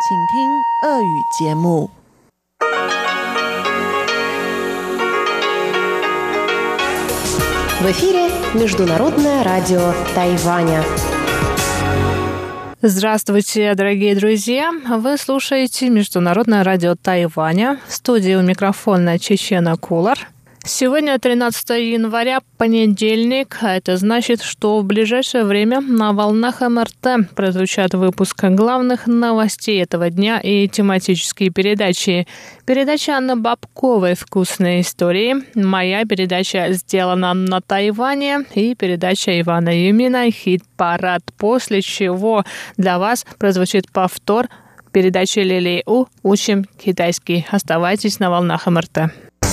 请听俄语节目。 В эфире Международное радио Тайваня. Здравствуйте, дорогие друзья! Вы слушаете Международное радио Тайваня. В студии у микрофона Чечена Кулар. Сегодня 13 января, понедельник, а это значит, что в ближайшее время на волнах МРТ прозвучат выпуск главных новостей этого дня и тематические передачи. Передача Анны Бабковой «Вкусные истории», моя передача «Сделана на Тайване» и передача Ивана Юмина «Хит-парад», после чего для вас прозвучит повтор передачи Лилии У «Учим китайский». Оставайтесь на волнах МРТ.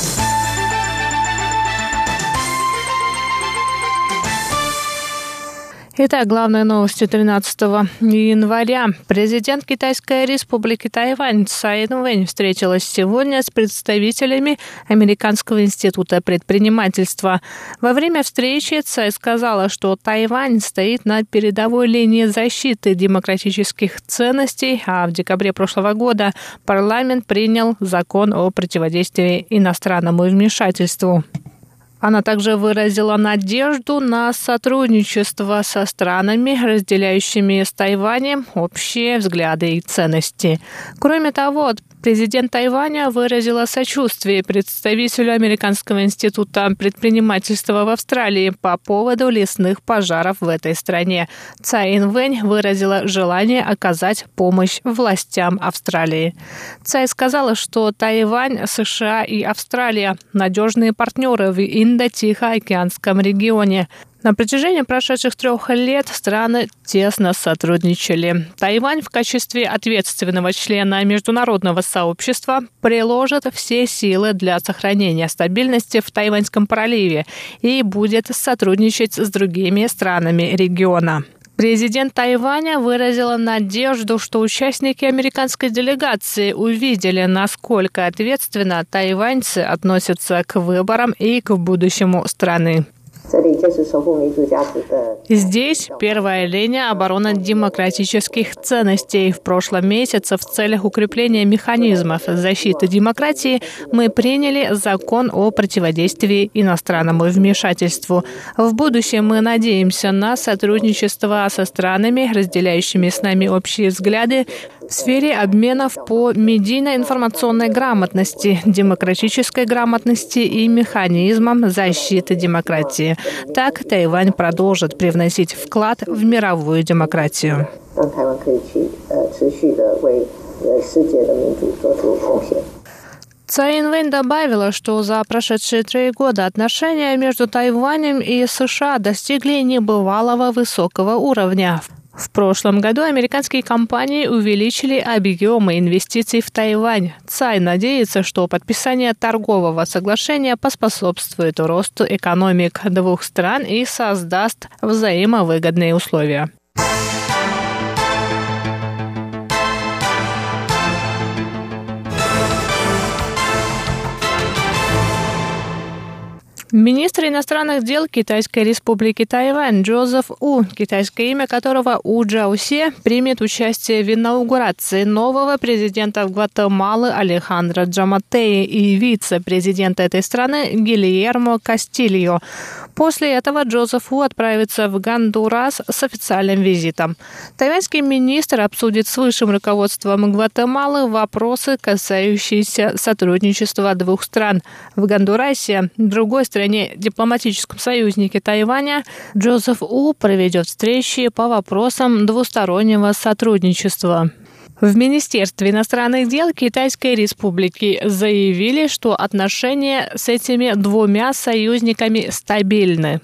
Итак, главные новости 13 января. Президент Китайской республики Тайвань Цай Инвэнь встретилась сегодня с представителями Американского института предпринимательства. Во время встречи Цай сказала, что Тайвань стоит на передовой линии защиты демократических ценностей, а в декабре прошлого года парламент принял закон о противодействии иностранному вмешательству. Она также выразила надежду на сотрудничество со странами, разделяющими с Тайванем общие взгляды и ценности. Кроме того, президент Тайваня выразила сочувствие представителю Американского института предпринимательства в Австралии по поводу лесных пожаров в этой стране. Цай Инвэнь выразила желание оказать помощь властям Австралии. Цай сказала, что Тайвань, США и Австралия – надежные партнеры в Индо-Тихоокеанском регионе. На протяжении прошедших 3 лет страны тесно сотрудничали. Тайвань в качестве ответственного члена международного сообщества приложит все силы для сохранения стабильности в Тайваньском проливе и будет сотрудничать с другими странами региона. Президент Тайваня выразила надежду, что участники американской делегации увидели, насколько ответственно тайваньцы относятся к выборам и к будущему страны. Здесь первая линия обороны демократических ценностей. В прошлом месяце в целях укрепления механизмов защиты демократии мы приняли закон о противодействии иностранному вмешательству. В будущем мы надеемся на сотрудничество со странами, разделяющими с нами общие взгляды в сфере обменов по медийно-информационной грамотности, демократической грамотности и механизмам защиты демократии. Так Тайвань продолжит привносить вклад в мировую демократию. Цай Инвэнь добавила, что за прошедшие 3 года отношения между Тайванем и США достигли небывалого высокого уровня. В прошлом году американские компании увеличили объемы инвестиций в Тайвань. Цай надеется, что подписание торгового соглашения поспособствует росту экономик двух стран и создаст взаимовыгодные условия. Министр иностранных дел Китайской республики Тайвань Джозеф У, китайское имя которого У Джаусе, примет участие в инаугурации нового президента Гватемалы Алехандро Джаматеи и вице-президента этой страны Гильермо Кастильо. После этого Джозеф У отправится в Гондурас с официальным визитом. Тайваньский министр обсудит с высшим руководством Гватемалы вопросы, касающиеся сотрудничества двух стран. В Гондурасе, другой стране, дипломатическом союзнике Тайваня, Джозеф У проведет встречи по вопросам двустороннего сотрудничества. В Министерстве иностранных дел Китайской республики заявили, что отношения с этими двумя союзниками стабильны.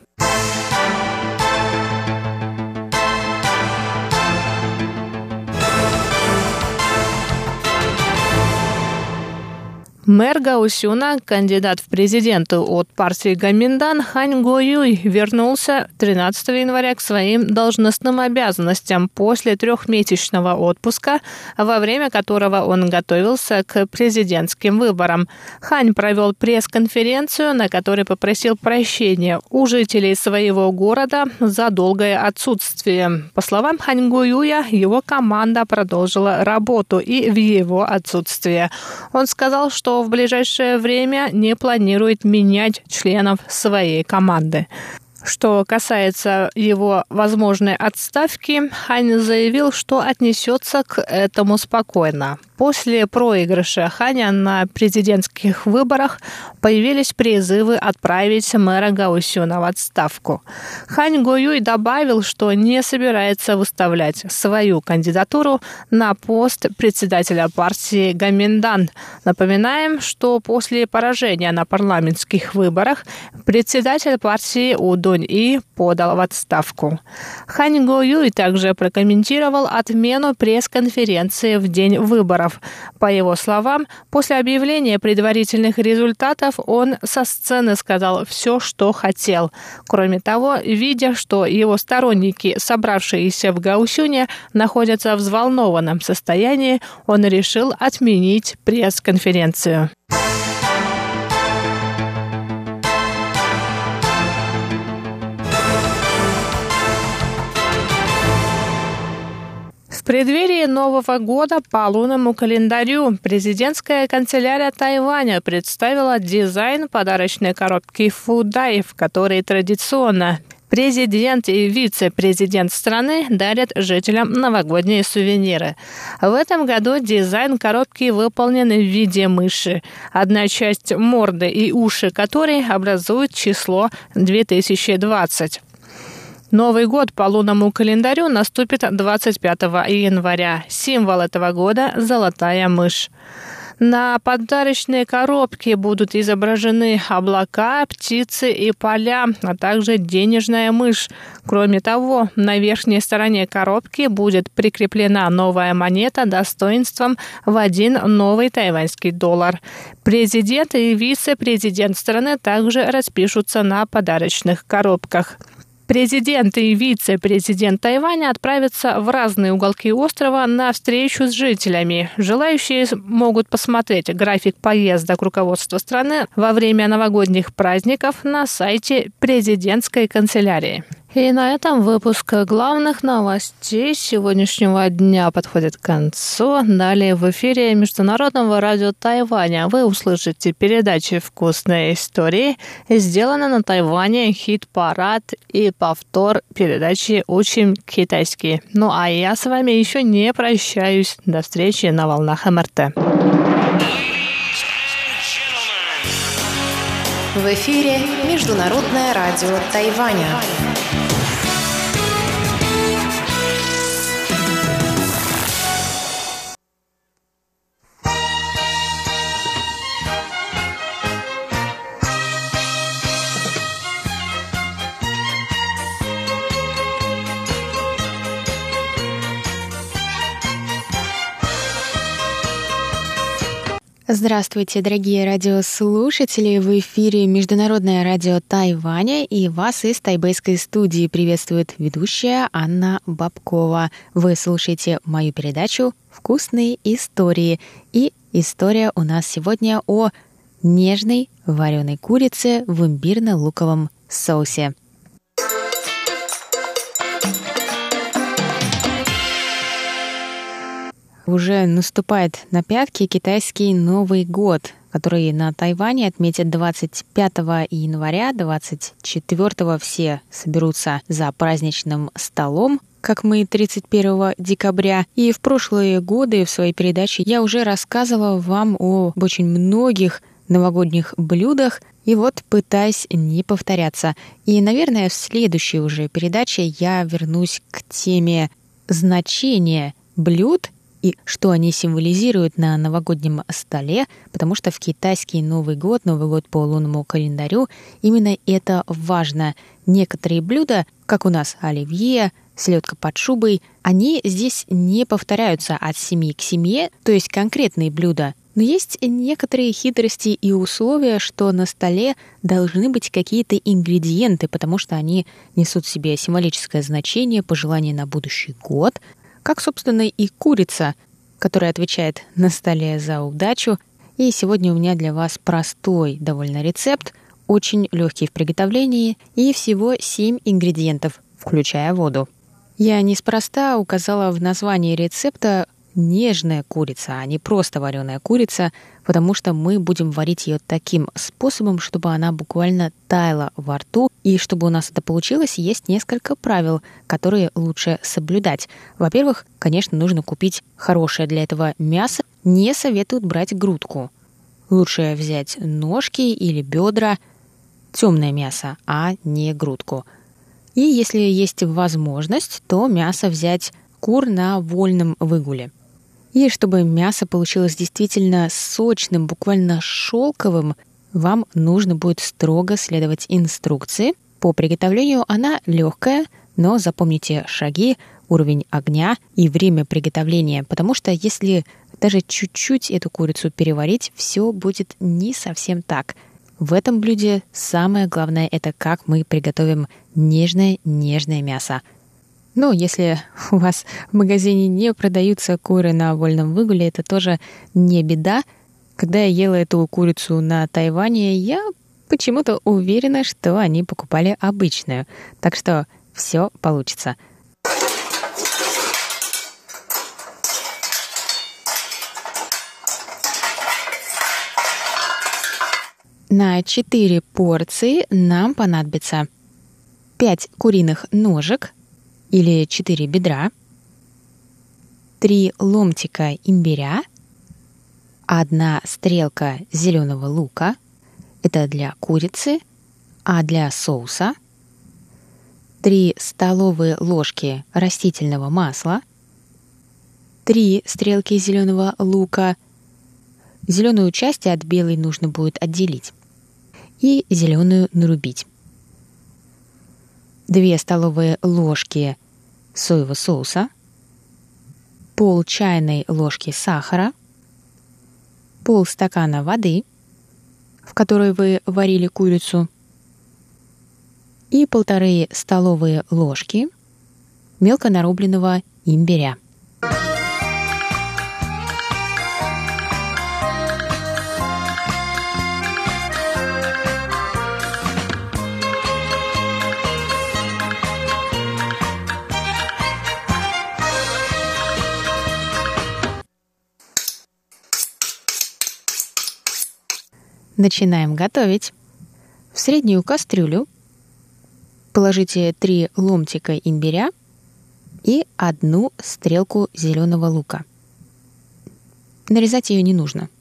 Мэр Гаосюна, кандидат в президенты от партии Гоминдан Хань Го-юй, вернулся 13 января к своим должностным обязанностям после 3-месячного отпуска, во время которого он готовился к президентским выборам. Хань провел пресс-конференцию, на которой попросил прощения у жителей своего города за долгое отсутствие. По словам Хань Го-юя, его команда продолжила работу и в его отсутствие. Он сказал, что в ближайшее время не планирует менять членов своей команды. Что касается его возможной отставки, Хань заявил, что отнесется к этому спокойно. После проигрыша Ханя на президентских выборах появились призывы отправить мэра Гаосюна в отставку. Хань Го-юй добавил, что не собирается выставлять свою кандидатуру на пост председателя партии Гоминдан. Напоминаем, что после поражения на парламентских выборах председатель партии У Дунь-и подал в отставку. Хань Го-юй также прокомментировал отмену пресс-конференции в день выборов. По его словам, после объявления предварительных результатов он со сцены сказал все, что хотел. Кроме того, видя, что его сторонники, собравшиеся в Гаосюне, находятся в взволнованном состоянии, он решил отменить пресс-конференцию. В преддверии Нового года по лунному календарю президентская канцелярия Тайваня представила дизайн подарочной коробки Фудай, в которой традиционно президент и вице-президент страны дарят жителям новогодние сувениры. В этом году дизайн коробки выполнен в виде мыши, одна часть морды и уши которой образуют число 2020. Новый год по лунному календарю наступит 25 января. Символ этого года – золотая мышь. На подарочной коробке будут изображены облака, птицы и поля, а также денежная мышь. Кроме того, на верхней стороне коробки будет прикреплена новая монета достоинством в 1 новый тайваньский доллар. Президент и вице-президент страны также распишутся на подарочных коробках. Президент и вице-президент Тайваня отправятся в разные уголки острова на встречу с жителями. Желающие могут посмотреть график поездок руководства страны во время новогодних праздников на сайте президентской канцелярии. И на этом выпуск главных новостей сегодняшнего дня подходит к концу. Далее в эфире Международного радио Тайваня вы услышите передачи «Вкусные истории», сделаны на Тайване хит-парад и повтор передачи «Учим китайский». Ну а я с вами еще не прощаюсь. До встречи на волнах МРТ. В эфире Международное радио Тайваня. Здравствуйте, дорогие радиослушатели! В эфире Международное радио Тайваня, и вас из тайбэйской студии приветствует ведущая Анна Бабкова. Вы слушаете мою передачу «Вкусные истории». И история у нас сегодня о нежной вареной курице в имбирно-луковом соусе. Уже наступает на пятки китайский Новый год, который на Тайване отметят 25 января, 24 все соберутся за праздничным столом, как мы 31 декабря. И в прошлые годы в своей передаче я уже рассказывала вам об очень многих новогодних блюдах, и вот пытаюсь не повторяться. И, наверное, в следующей уже передаче я вернусь к теме значения блюд и что они символизируют на новогоднем столе, потому что в китайский Новый год по лунному календарю, именно это важно. Некоторые блюда, как у нас оливье, селедка под шубой, они здесь не повторяются от семьи к семье, то есть конкретные блюда Но есть некоторые хитрости и условия, что на столе должны быть какие-то ингредиенты, потому что они несут в себе символическое значение, пожелание на будущий год, как, собственно, и курица, которая отвечает на столе за удачу. И сегодня у меня для вас простой довольно рецепт, очень легкий в приготовлении и всего 7 ингредиентов, включая воду. Я неспроста указала в названии рецепта нежная курица, а не просто вареная курица, потому что мы будем варить ее таким способом, чтобы она буквально таяла во рту. И чтобы у нас это получилось, есть несколько правил, которые лучше соблюдать. Во-первых, конечно, нужно купить хорошее для этого мясо. Не советуют брать грудку. Лучше взять ножки или бедра, темное мясо, а не грудку. И если есть возможность, то мясо взять кур на вольном выгуле. И чтобы мясо получилось действительно сочным, буквально шелковым, вам нужно будет строго следовать инструкции. По приготовлению она легкая, но запомните шаги, уровень огня и время приготовления, потому что если даже чуть-чуть эту курицу переварить, все будет не совсем так. В этом блюде самое главное — это как мы приготовим нежное мясо. Но если у вас в магазине не продаются куры на вольном выгуле, это тоже не беда. Когда я ела эту курицу на Тайване, я почему-то уверена, что они покупали обычную. Так что все получится. На 4 порции нам понадобится 5 куриных ножек или 4 бедра, 3 ломтика имбиря, 1 стрелка зеленого лука, это для курицы, а для соуса 3 столовые ложки растительного масла, 3 стрелки зеленого лука, зеленую часть от белой нужно будет отделить, и зеленую нарубить. 2 столовые ложки соевого соуса, пол чайной ложки сахара, полстакана воды, в которой вы варили курицу, и 1,5 столовые ложки мелко нарубленного имбиря. Начинаем готовить. В среднюю кастрюлю положите 3 ломтика имбиря и 1 стрелку зеленого лука. Нарезать ее не нужно.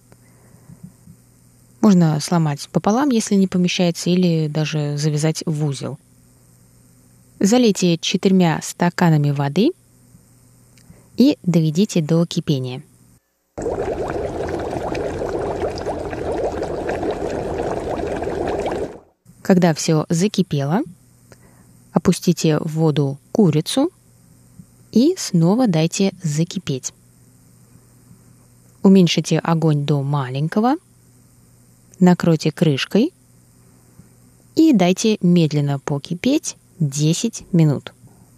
Можно сломать пополам, если не помещается, или даже завязать в узел. Залейте 4 стаканами воды и доведите до кипения. Когда все закипело, опустите в воду курицу и снова дайте закипеть. Уменьшите огонь до маленького, накройте крышкой и дайте медленно покипеть 10 минут.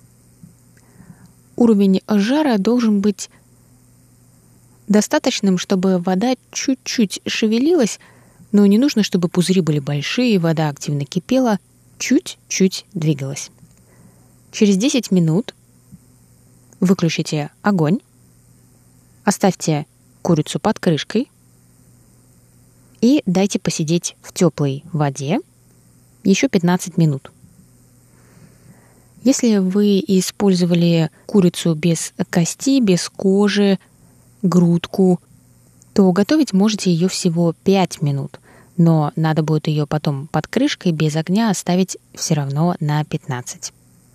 Уровень жара должен быть достаточным, чтобы вода чуть-чуть шевелилась, но не нужно, чтобы пузыри были большие, вода активно кипела, чуть-чуть двигалась. Через 10 минут выключите огонь, оставьте курицу под крышкой и дайте посидеть в теплой воде еще 15 минут. Если вы использовали курицу без кости, без кожи, грудку, то готовить можете ее всего 5 минут, но надо будет ее потом под крышкой без огня оставить все равно на 15.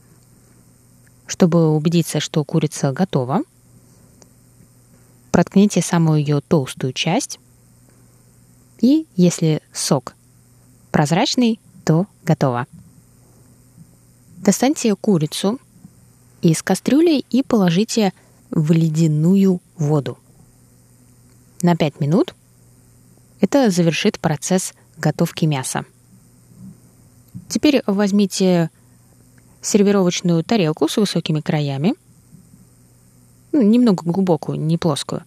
Чтобы убедиться, что курица готова, проткните самую ее толстую часть, и если сок прозрачный, то готово. Достаньте курицу из кастрюли и положите в ледяную воду. На 5 минут Это завершит процесс готовки мяса. Теперь возьмите сервировочную тарелку с высокими краями, немного глубокую, не плоскую,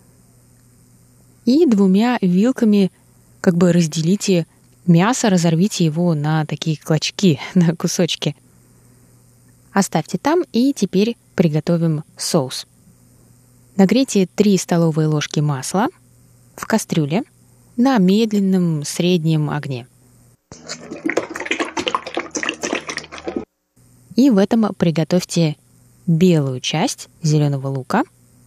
и 2 вилками разделите мясо, разорвите его на такие клочки, на кусочки. Оставьте там, и теперь приготовим соус. Нагрейте 3 столовые ложки масла в кастрюле на медленном среднем огне. И в этом приготовьте белую часть зеленого лука,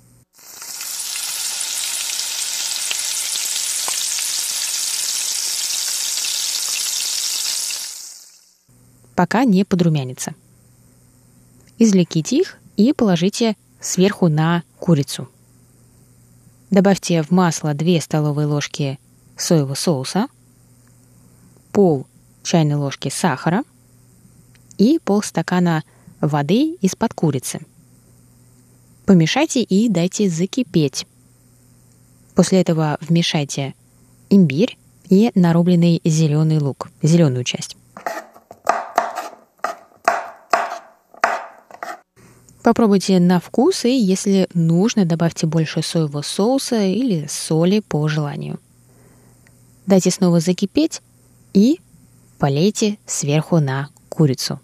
пока не подрумянится. Извлеките их и положите сверху на курицу. Добавьте в масло 2 столовые ложки соевого соуса, пол чайной ложки сахара и полстакана воды из-под курицы. Помешайте и дайте закипеть. После этого вмешайте имбирь и нарубленный зеленый лук, зеленую часть. Попробуйте на вкус, и если нужно, добавьте больше соевого соуса или соли по желанию. Дайте снова закипеть и полейте сверху на курицу.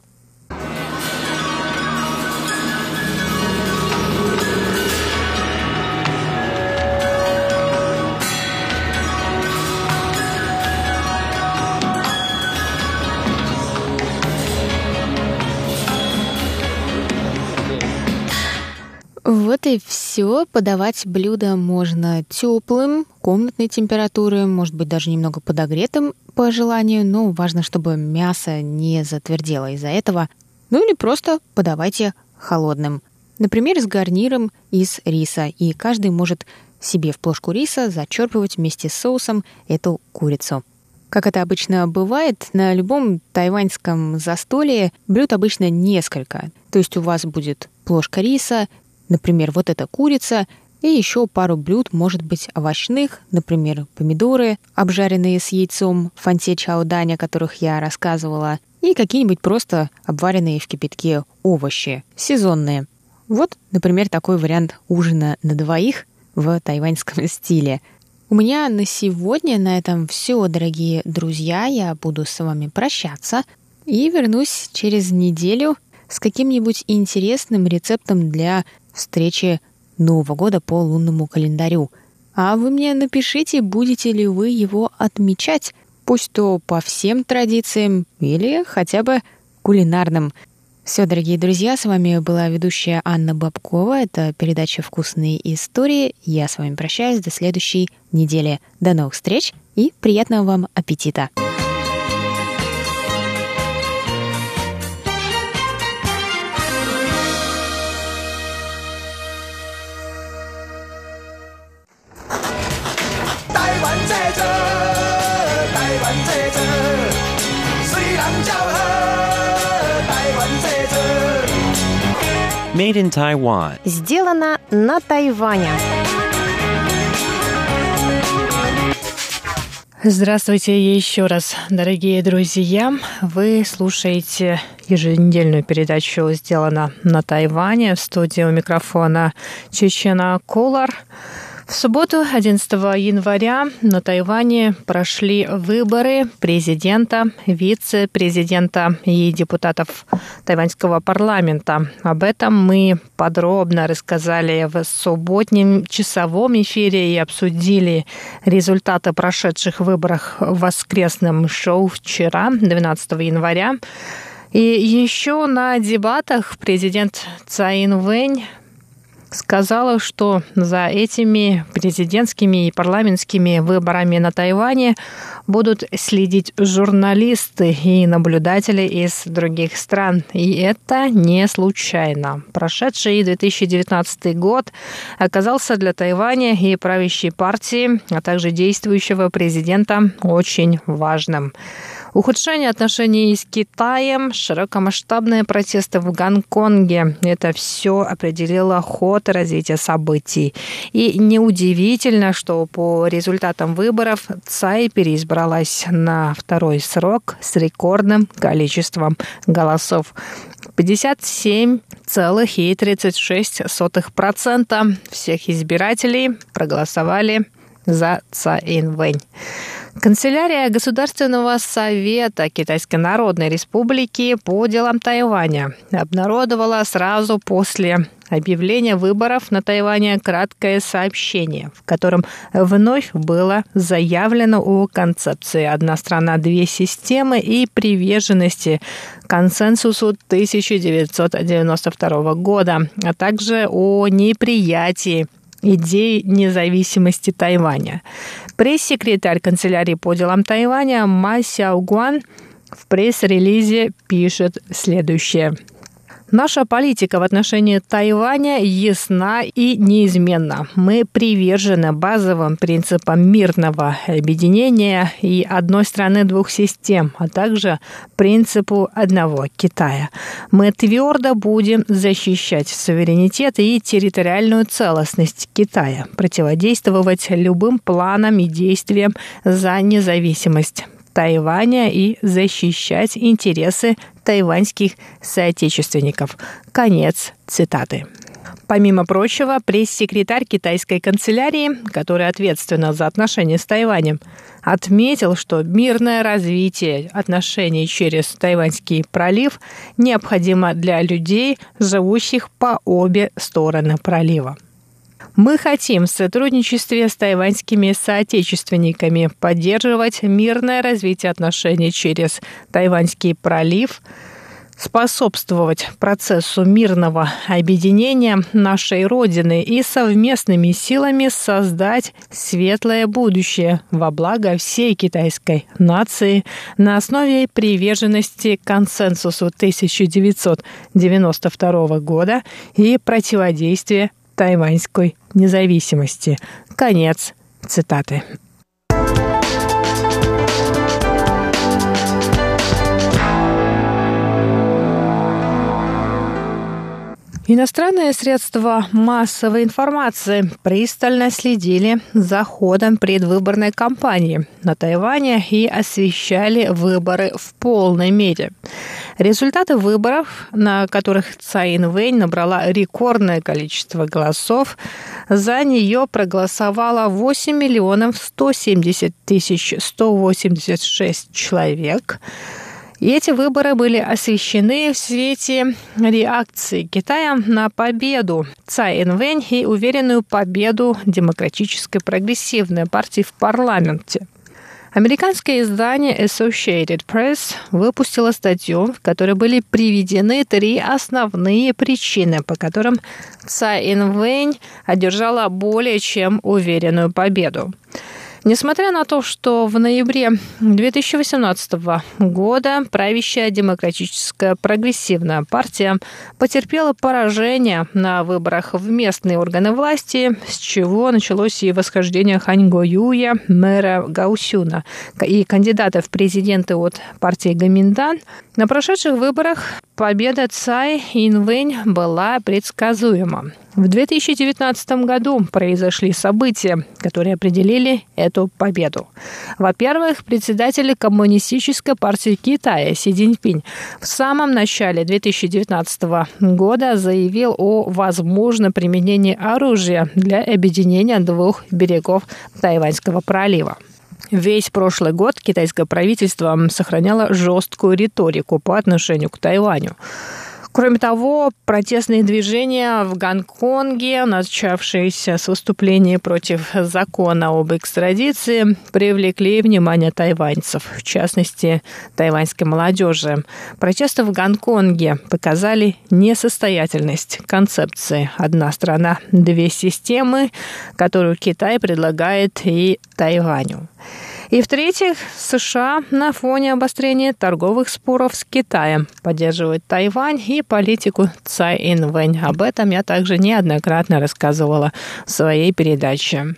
Вот и все. Подавать блюдо можно теплым, комнатной температуры, может быть, даже немного подогретым по желанию, но важно, чтобы мясо не затвердело из-за этого. Ну или просто подавайте холодным. Например, с гарниром из риса. И каждый может себе в плошку риса зачерпывать вместе с соусом эту курицу. Как это обычно бывает, на любом тайваньском застолье блюд обычно несколько. То есть у вас будет плошка риса, например, вот эта курица, и еще пару блюд, может быть, овощных, например, помидоры, обжаренные с яйцом, фанте чаодань, о которых я рассказывала, и какие-нибудь просто обваренные в кипятке овощи, сезонные. Вот, например, такой вариант ужина на 2 в тайваньском стиле. У меня на сегодня на этом все, дорогие друзья. Я буду с вами прощаться и вернусь через неделю с каким-нибудь интересным рецептом для встречи Нового года по лунному календарю. А вы мне напишите, будете ли вы его отмечать, пусть то по всем традициям или хотя бы кулинарным. Все, дорогие друзья, с вами была ведущая Анна Бабкова. Это передача «Вкусные истории». Я с вами прощаюсь до следующей недели. До новых встреч и приятного вам аппетита! Made in Taiwan. Сделано на Тайване. Здравствуйте еще раз, дорогие друзья. Вы слушаете еженедельную передачу «Сделано на Тайване». В студии у микрофона Чечена Колар. В субботу, 11 января, на Тайване прошли выборы президента, вице-президента и депутатов тайваньского парламента. Об этом мы подробно рассказали в субботнем часовом эфире и обсудили результаты прошедших выборов в воскресном шоу вчера, 12 января. И еще на дебатах президент Цай Ин-вэнь сказала, что за этими президентскими и парламентскими выборами на Тайване будут следить журналисты и наблюдатели из других стран. И это не случайно. Прошедший 2019 год оказался для Тайваня и правящей партии, а также действующего президента очень важным. Ухудшение отношений с Китаем, широкомасштабные протесты в Гонконге – это все определило ход развития событий. И неудивительно, что по результатам выборов Цай переизбралась на второй срок с рекордным количеством голосов. 57,36% всех избирателей проголосовали за Цай Инвэнь. Канцелярия Государственного совета Китайской Народной Республики по делам Тайваня обнародовала сразу после объявления выборов на Тайване краткое сообщение, в котором вновь было заявлено о концепции «Одна страна, две системы» и приверженности консенсусу 1992 года, а также о неприятии идеи независимости Тайваня. Пресс-секретарь канцелярии по делам Тайваня Ма Сяогуан в пресс-релизе пишет следующее. Наша политика в отношении Тайваня ясна и неизменна. Мы привержены базовым принципам мирного объединения и одной страны, двух систем, а также принципу одного Китая. Мы твердо будем защищать суверенитет и территориальную целостность Китая, противодействовать любым планам и действиям за независимость Тайваня и защищать интересы тайваньских соотечественников. Конец цитаты. Помимо прочего, пресс-секретарь китайской канцелярии, который ответственна за отношения с Тайванем, отметил, что мирное развитие отношений через Тайваньский пролив необходимо для людей, живущих по обе стороны пролива. Мы хотим в сотрудничестве с тайваньскими соотечественниками поддерживать мирное развитие отношений через Тайваньский пролив, способствовать процессу мирного объединения нашей Родины и совместными силами создать светлое будущее во благо всей китайской нации на основе приверженности консенсусу 1992 года и противодействия тайваньской независимости. Конец цитаты. Иностранные средства массовой информации пристально следили за ходом предвыборной кампании на Тайване и освещали выборы в полной мере. Результаты выборов, на которых Цай Инвэнь набрала рекордное количество голосов, за нее проголосовало 8 миллионов 170 тысяч 186 человек. И эти выборы были освещены в свете реакции Китая на победу Цай Инвэнь и уверенную победу Демократической прогрессивной партии в парламенте. Американское издание Associated Press выпустило статью, в которой были приведены 3 основные причины, по которым Цай Инвэнь одержала более чем уверенную победу. Несмотря на то, что в ноябре 2018 года правящая Демократическая прогрессивная партия потерпела поражение на выборах в местные органы власти, с чего началось и восхождение Хань Го-Юя, мэра Гаосюна, и кандидата в президенты от партии Гоминдан, на прошедших выборах победа Цай Инвэнь была предсказуема. В 2019 году произошли события, которые определили эту победу. Во-первых, председатель Коммунистической партии Китая Си Цзиньпинь в самом начале 2019 года заявил о возможном применении оружия для объединения 2 берегов Тайваньского пролива. Весь прошлый год китайское правительство сохраняло жесткую риторику по отношению к Тайваню. Кроме того, протестные движения в Гонконге, начавшиеся с выступления против закона об экстрадиции, привлекли внимание тайваньцев, в частности, тайваньской молодежи. Протесты в Гонконге показали несостоятельность концепции «Одна страна, две системы», которую Китай предлагает и Тайваню. И в-третьих, США на фоне обострения торговых споров с Китаем поддерживают Тайвань и политику Цай Инвэнь. Об этом я также неоднократно рассказывала в своей передаче.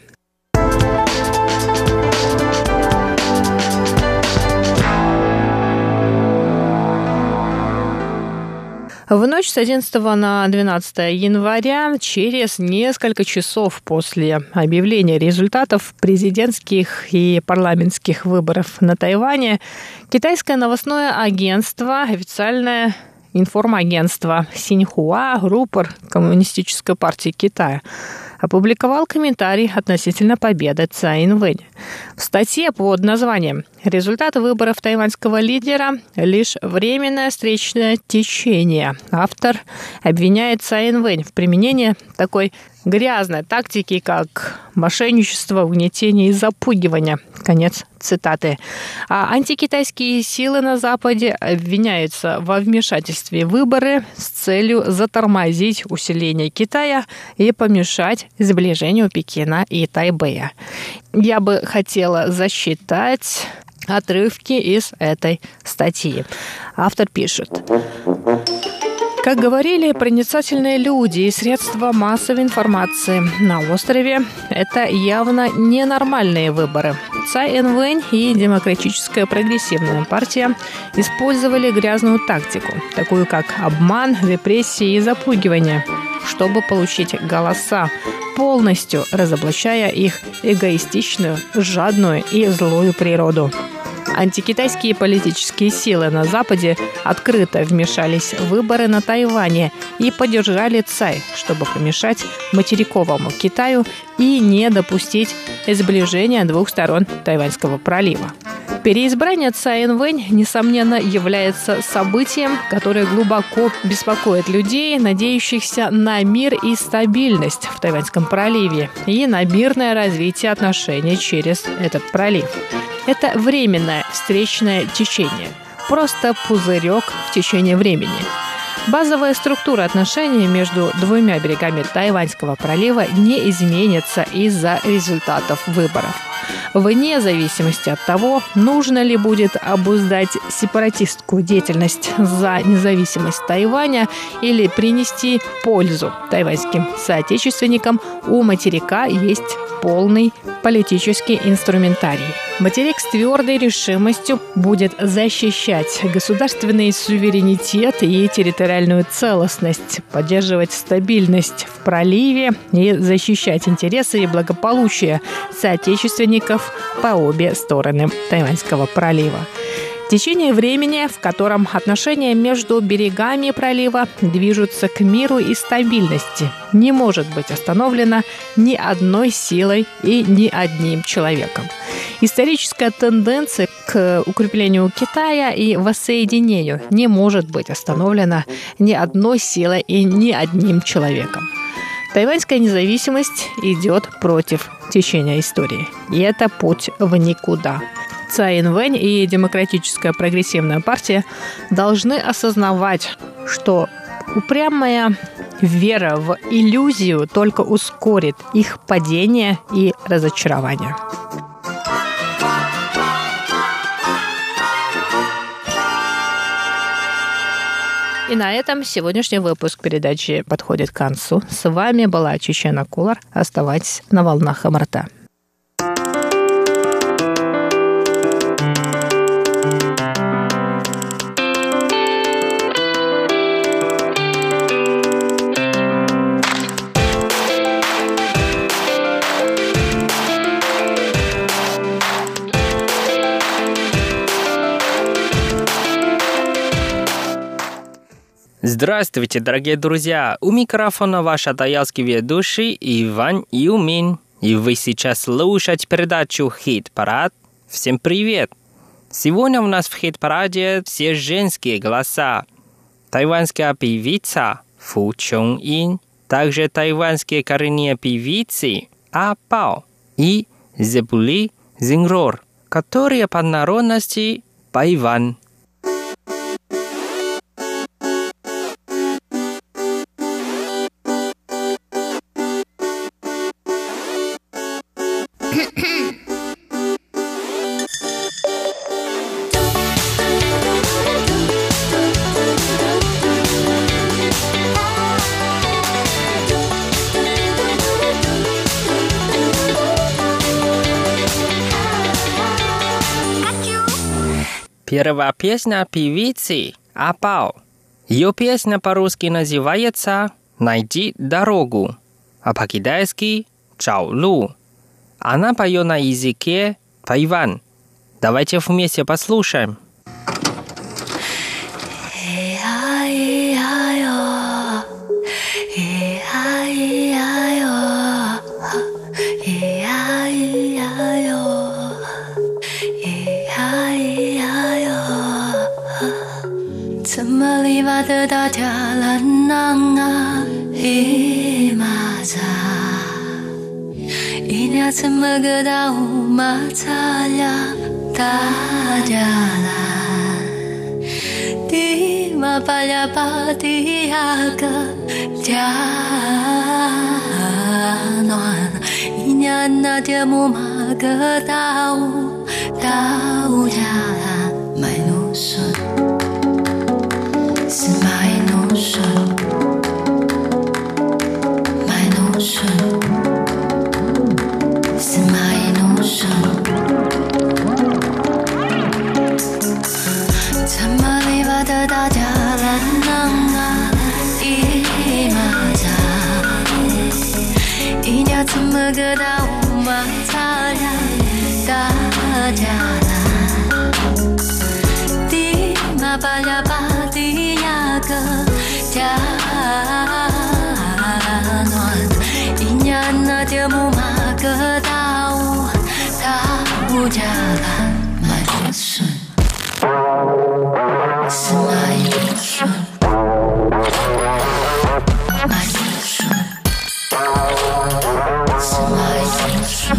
В ночь с 11 на 12 января, через несколько часов после объявления результатов президентских и парламентских выборов на Тайване, китайское новостное агентство, официальное информагентство Синьхуа, рупор Коммунистической партии Китая, опубликовал комментарий относительно победы Цай Инвэнь. В статье под названием «Результаты выборов тайваньского лидера – лишь временное встречное течение» автор обвиняет Цай Инвэнь в применении такой грязной тактики, как мошенничество, угнетение и запугивание. Конец цитаты. А антикитайские силы на Западе обвиняются во вмешательстве в выборы с целью затормозить усиление Китая и помешать сближению Пекина и Тайбэя. Я бы хотела засчитать отрывки из этой статьи. Автор пишет: как говорили проницательные люди и средства массовой информации на острове, это явно ненормальные выборы. Цай Инвэнь и Демократическая прогрессивная партия использовали грязную тактику, такую как обман, репрессии и запугивание, чтобы получить голоса, полностью разоблачая их эгоистичную, жадную и злую природу. Антикитайские политические силы на Западе открыто вмешались в выборы на Тайване и поддержали Цай, чтобы помешать материковому Китаю и не допустить сближения двух сторон Тайваньского пролива. Переизбрание Цай Инвэнь, несомненно, является событием, которое глубоко беспокоит людей, надеющихся на мир и стабильность в Тайваньском проливе и на мирное развитие отношений через этот пролив. Это временное встречное течение, просто пузырек в течение времени. Базовая структура отношений между двумя берегами Тайваньского пролива не изменится из-за результатов выборов. Вне зависимости от того, нужно ли будет обуздать сепаратистскую деятельность за независимость Тайваня или принести пользу тайваньским соотечественникам, у материка есть полный политический инструментарий. Материк с твердой решимостью будет защищать государственный суверенитет и территориальную целостность, поддерживать стабильность в проливе и защищать интересы и благополучие соотечественников по обе стороны Тайваньского пролива. Течение времени, в котором отношения между берегами пролива движутся к миру и стабильности, не может быть остановлено ни одной силой и ни одним человеком. Историческая тенденция к укреплению Китая и воссоединению не может быть остановлена ни одной силой и ни одним человеком. Тайваньская независимость идет против течения истории, и это путь в никуда. Цай Инвэнь и Демократическая прогрессивная партия должны осознавать, что упрямая вера в иллюзию только ускорит их падение и разочарование. И на этом сегодняшний выпуск передачи подходит к концу. С вами была Чечена Кулар. Оставайтесь на волнах МРТ. Здравствуйте, дорогие друзья! У микрофона ваш таялский ведущий Иван Юмин. И вы сейчас слушаете передачу «Хит-парад». Всем привет! Сегодня у нас в «Хит-параде» все женские голоса. Тайваньская певица Фу Чон Ин, также тайваньские коренные певицы А Пао и Зебули Зингрор, которые по народности Пайван. Первая песня певицы А Пао Ее песня по-русски называется «Найди дорогу», а по-китайски «Чао Лу». Она поет на языке Тайвань. Давайте вместе послушаем. 怎么篱笆的大家蓝囊啊，一马扎，一年怎么个大乌马扎呀，大家啦，di ma palya pa di aga januan inya na dia mu ma ga tau jalan mai nu sun是mai nu sun mai nu sun是mai nu sun怎么篱笆的大家蓝囊啊，一马扎，一年怎么个大乌马擦亮大家啦，di ma palya pa di aga januan inya na dia mu ma ga tau jalan mai nu sun是mai nu sun mai nu sun是mai nu sun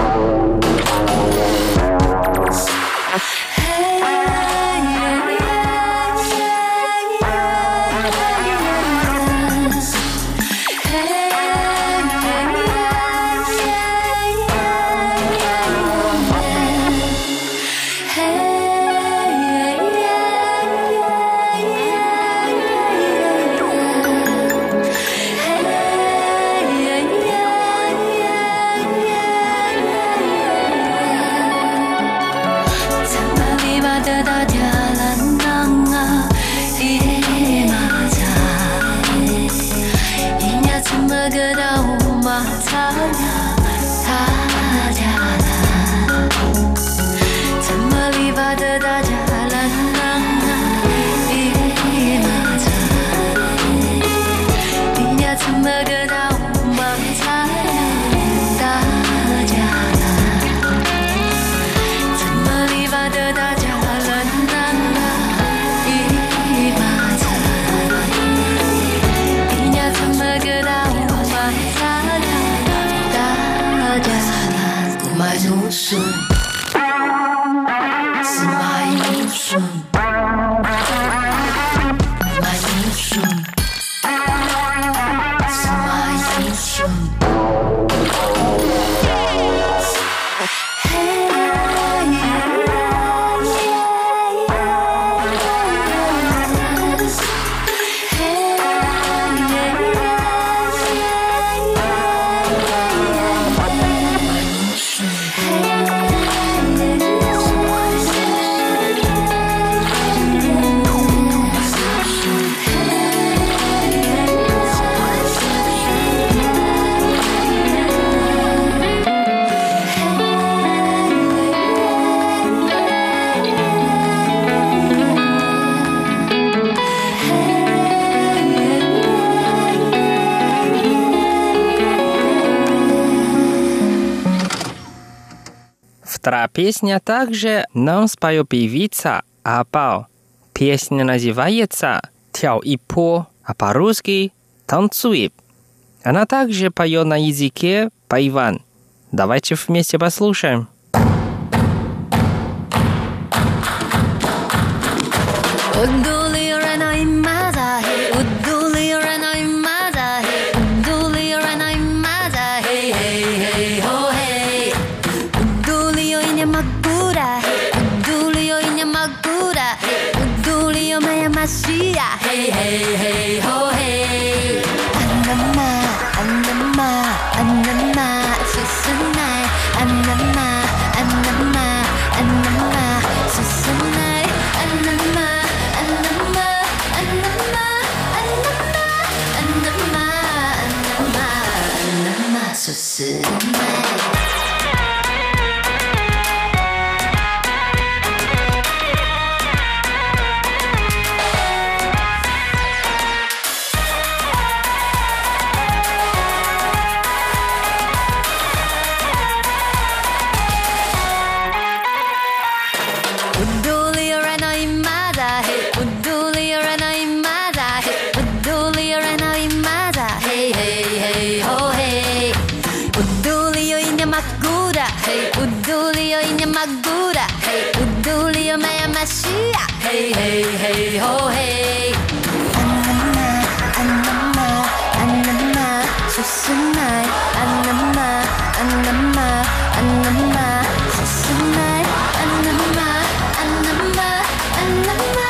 Вторая песня также нам споет певица Апао. Песня называется «Тяо и по», а по-русски «Танцует». Она также поет на языке Тайвань. Давайте вместе послушаем. Hey, hey, hey, ho, hey. Anama, anama, anama, susunai. Anama, anama, anama, susunai. Anama, anama, anama. Hey, udulio inya magura. Hey, udulio maya mashia. Hey, hey, hey, ho, hey. Anama, anama, susunai. Anama, anama, anama, susunai. Anama, anama, anama,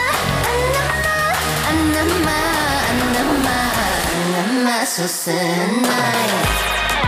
anama, anama, anama, susunai.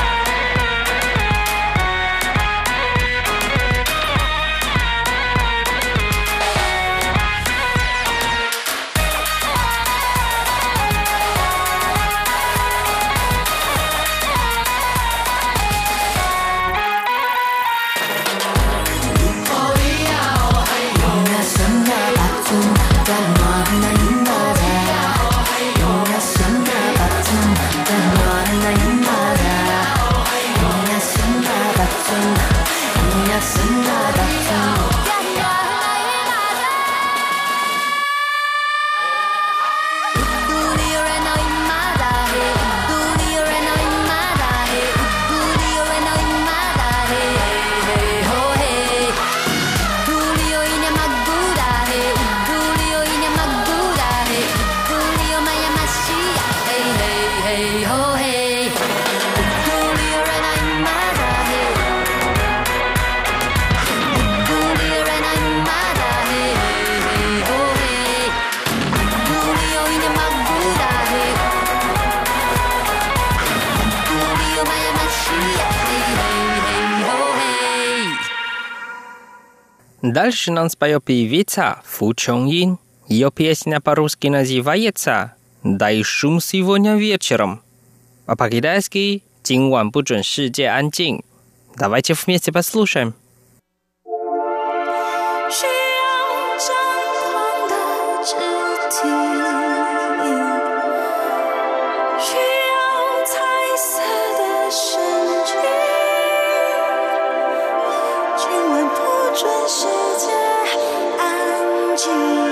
Дальше нам споет певица Фу Чонъин. Ее песня по-русски называется «Дай шум сегодня вечером», а по-китайски «今晚不准世界安静». Давайте вместе послушаем. 需要张狂的肢体，需要彩色的神经，今晚不准世界安静。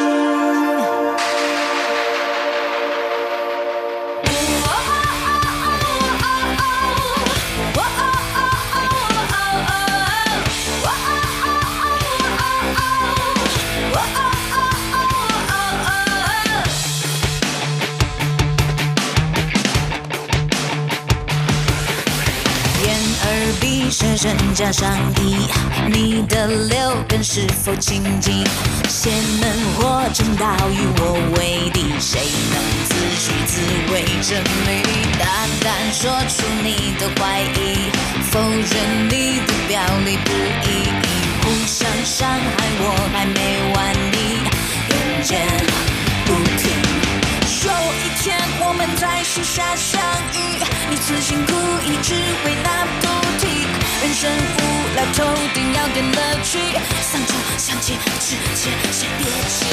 深深加上一，你的六根是否清净？谁能活成岛屿我为敌？谁能自诩自为真理？大胆说出你的怀疑，否认你的表里不一，互相伤害我还没完你，眼见不停。有一天我们在树下相遇，你此辛苦一直为那不提。人生无聊头顶要点乐趣，丧钟响起之前先别急。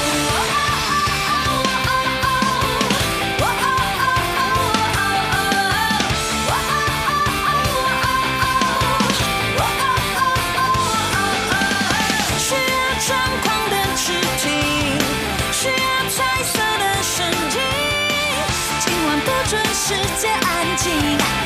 需要张狂的肢体，需要彩色的神经，今晚不准世界安静。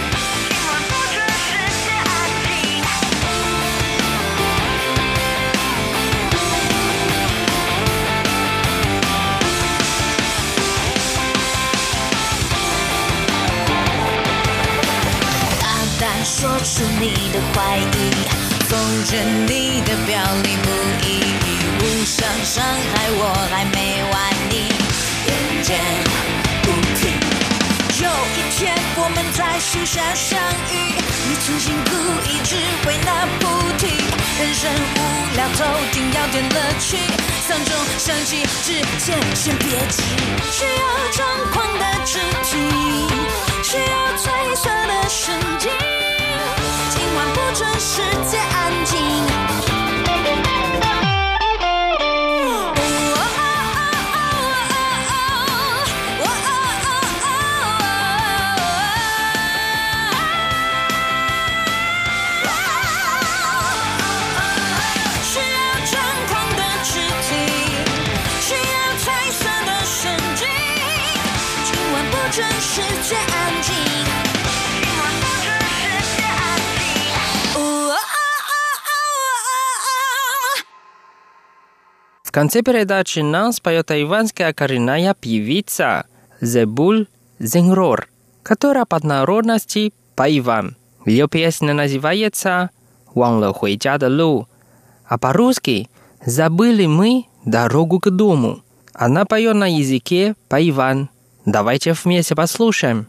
说出你的怀疑，否认你的表里不一，互相伤害我还没完你，眼见不停。有一天我们在树下相遇，你曾辛苦一直为那不提。人生无聊头顶要点乐趣，丧钟响起之前先别急。需要张狂的肢体，需要彩色的神经，今晚不准世界安静。需要张狂的肢体，需要彩色的神经，今晚不准世界安静。今晚不准世界安静。 В конце передачи нам споет тайванская коренная певица Зебуль Зенрор, которая по народности Пайван. Ее песня называется «Ван ле хуй джа де лу», а по-русски «Забыли мы дорогу к дому». Она поет на языке Пайван. Давайте вместе послушаем.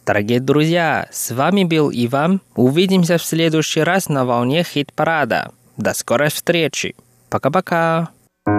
Дорогие друзья, с вами был Иван. Увидимся в следующий раз на волне хит-парада. До скорой встречи. Пока-пока.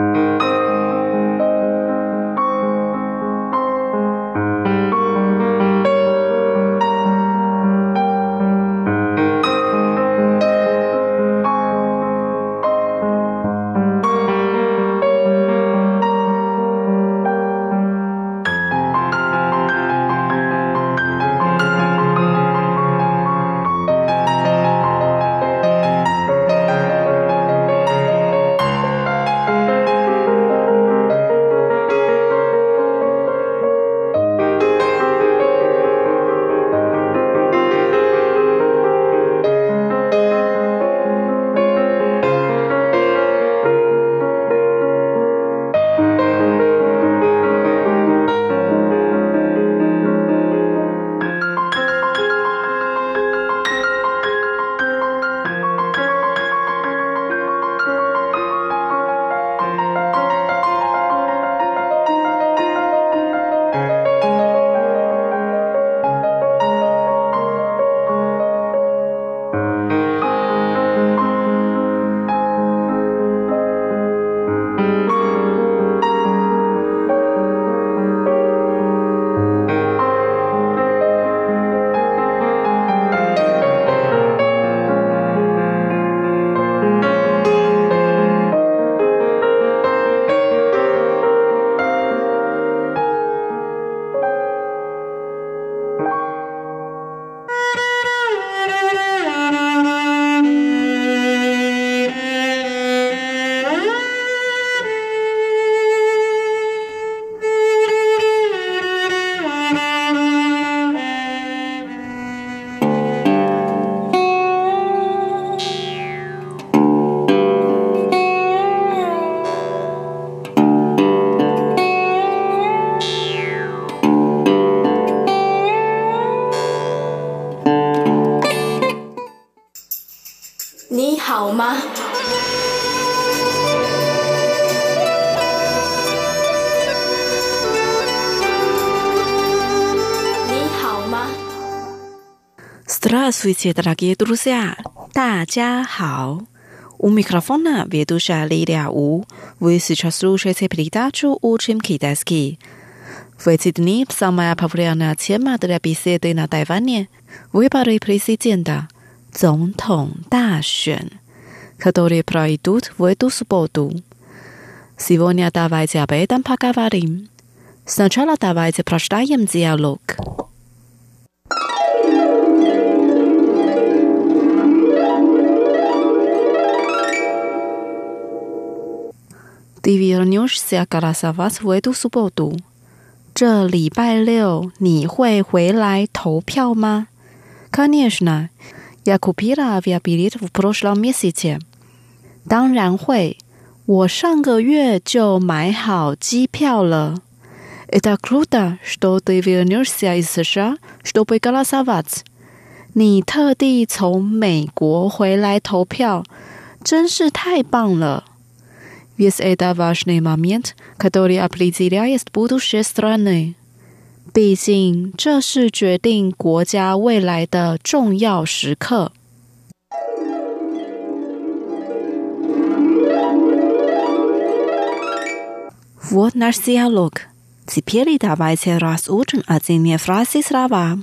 你好吗？你好吗？ Здравствуйте, дорогие друзья! 大家好! У микрофона ведущая Лилия У. Вы сейчас слушаете передачу «Учим китайский». В эти дни самая популярная тема для беседы на Тайване – выборы президента, 总统大选, которые пройдут в эту субботу. Сегодня давайте об этом поговорим. Сначала давайте прочитаем диалог. Ты вернешься голосовать в эту субботу? 这礼拜六你会回来投票吗? Конечно. Я купила авиабилет в прошлом месяце. 当然会. 我上个月就买好机票了. Это круто, что ты вернешься из США, чтобы голосовать. 你特地从美国回来投票，真是太棒了。Ведь это важный момент, который определяет будущее страны. 毕竟这是决定国家未来的重要时刻。Вот наш диалог. Теперь давайте разучим отдельные фразы слова.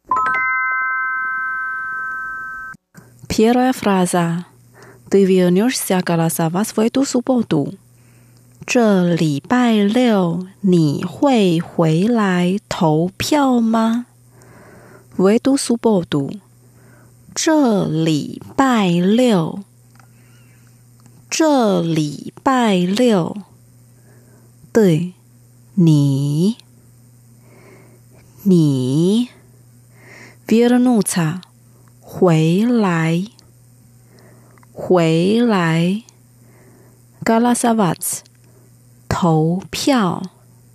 Первая фраза. Ты вернешься голосовать в эту субботу. 这礼拜六你会回来投票吗? В эту субботу. 这礼拜六. 这礼拜六. 对，你 вернуться 回来 голосовать 投票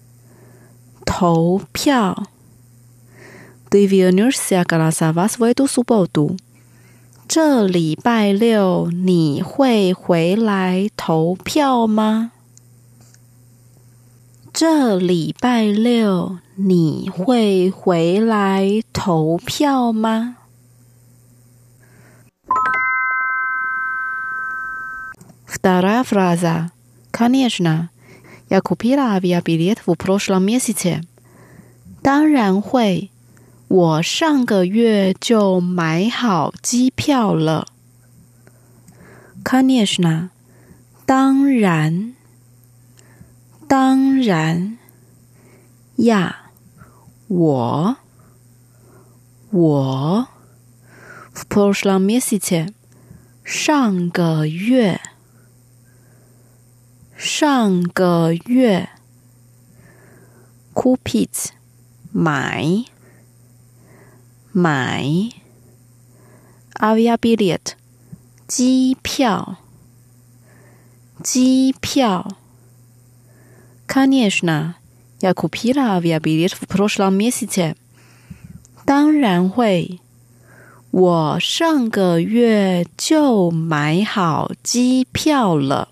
Ты вернешься голосовать в эту субботу. 这礼拜六你会回来投票吗? 这礼拜六你会回来投票吗？Вторая фраза. Конечно. Я купила авиабилет в прошлом месяце. 当然会，我上个月就买好机票了。Конечно. 当然，当然。呀，我в прошлом месяце 上个月。上个月 Купить 买 Авиабилет 机票 Конечно, я купила авиабилет в прошлом месяце. 当然会，我上个月就买好机票了。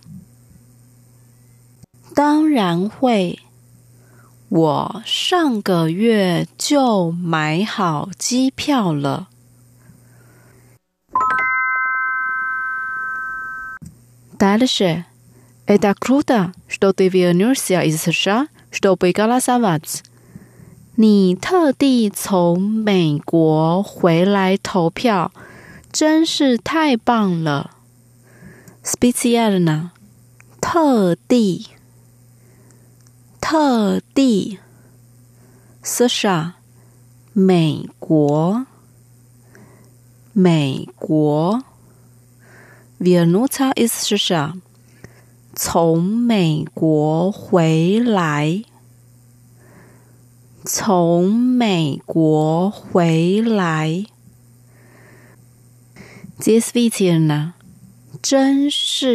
当然会，我上个月就买好机票了。Дальше. Это круто, что ты вернулся из США, чтобы голосовать. 你特地从美国回来投票，真是太棒了。Специально. 特地。特地 США 美国 Вернуться из США 从美国回来 Действительно 真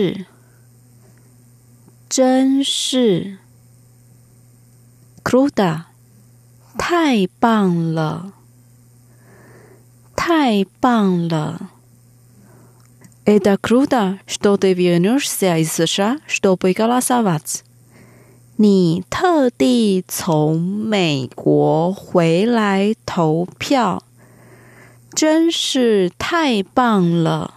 是Круто 太棒了 Это круто, что ты вернешься из США, чтобы голосовать. 你特地从美国回来投票，真是太棒了。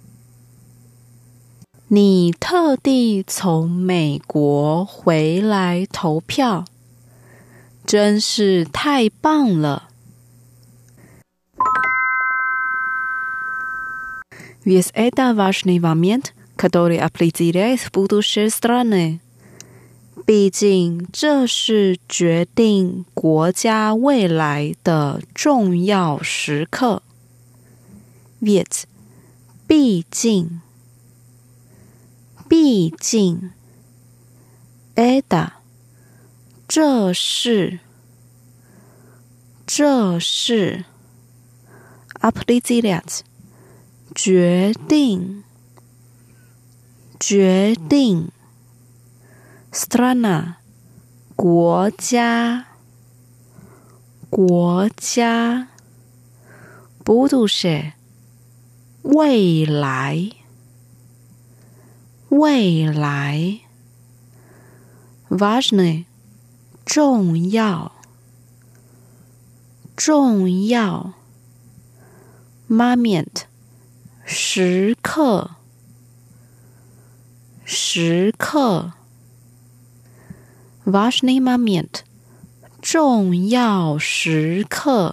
你特地从美国回来投票，真是太棒了。Ведь это важный момент, который определяет будущее страны. 毕竟这是决定国家未来的重要时刻。Ведь 毕竟 это 这是 определять 决定 страна 国家 будущее 未来 важный 重要 момент 时刻 важный момент 重要时刻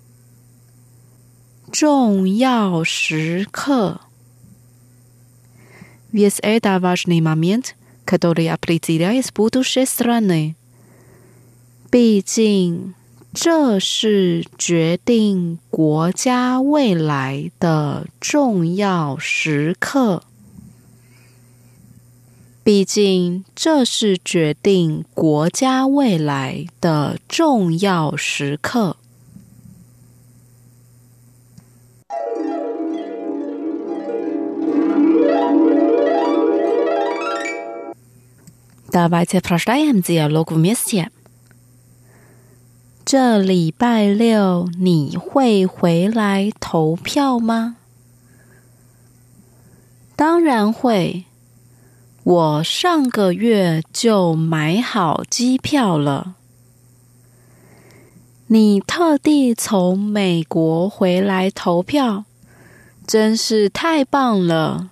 Ведь это важный момент, который определяет будущее страны. 毕竟这是决定国家未来的重要时刻。毕竟这是决定国家未来的重要时刻。Давайте прочитаем диалог вместе. 这礼拜六你会回来投票吗？当然会。 我上个月就买好机票了。你特地从美国回来投票，真是太棒了。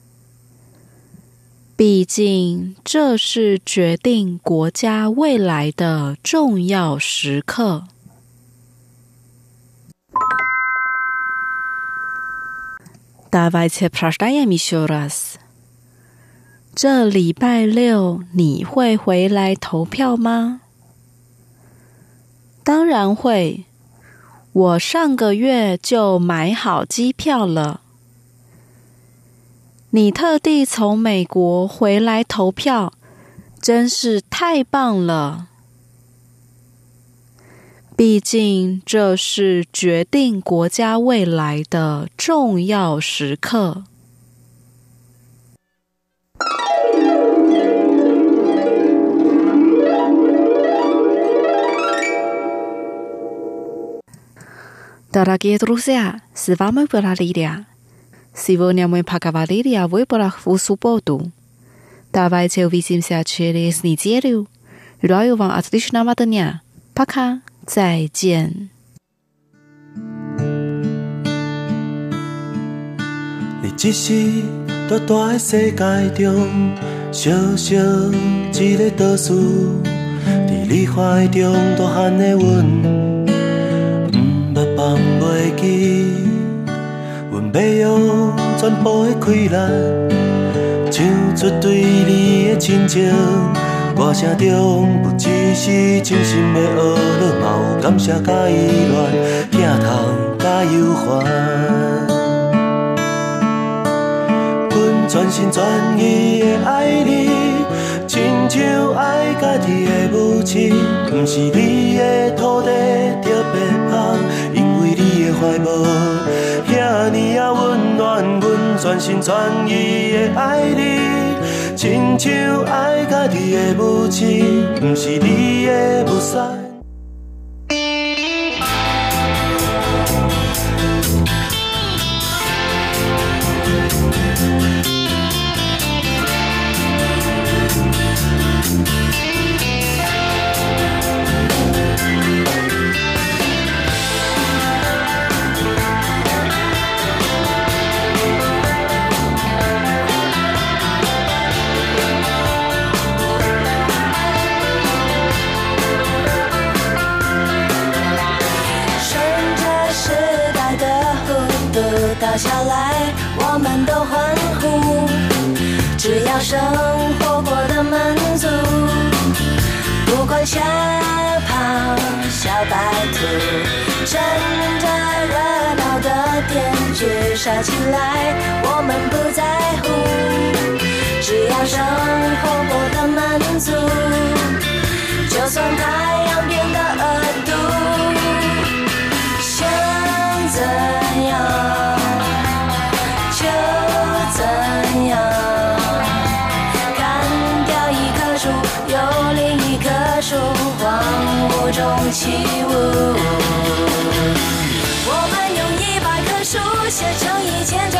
毕竟这是决定国家未来的重要时刻。Давайте прочитаем еще раз。这礼拜六你会回来投票吗？当然会，我上个月就买好机票了。你特地从美国回来投票，真是太棒了。毕竟这是决定国家未来的重要时刻。Дорогие друзья, с вами была Лилия. Сегодня мы поговорили о выборах в субботу. Давайте увидимся через неделю. Желаю вам отличного дня. Пока. 再见。 你只是大大的世界中，小小一个倒数，伫你怀中大汉的阮，毋捌放袂记，阮要用全部的气力，唱出对你的亲情。歌声中不只是真心的学乐，嘛有感谢甲依恋，疼痛甲忧烦。阮全心全意的爱你，亲像爱家己的母亲。毋是你的土地着白芳，因为你的怀抱遐尼啊温暖。阮全心全意的爱你。亲像爱家己的母亲，毋是你的母婿。 倒下来，我们都欢呼。只要生活过得满足，不管小胖小白兔，趁着热闹的点举烧起来，我们不在乎。只要生活过得满足，就算太阳变得恶毒，想怎样？就怎样，砍掉一棵树，有另一棵树，荒芜中起舞。我们用100棵树写成1000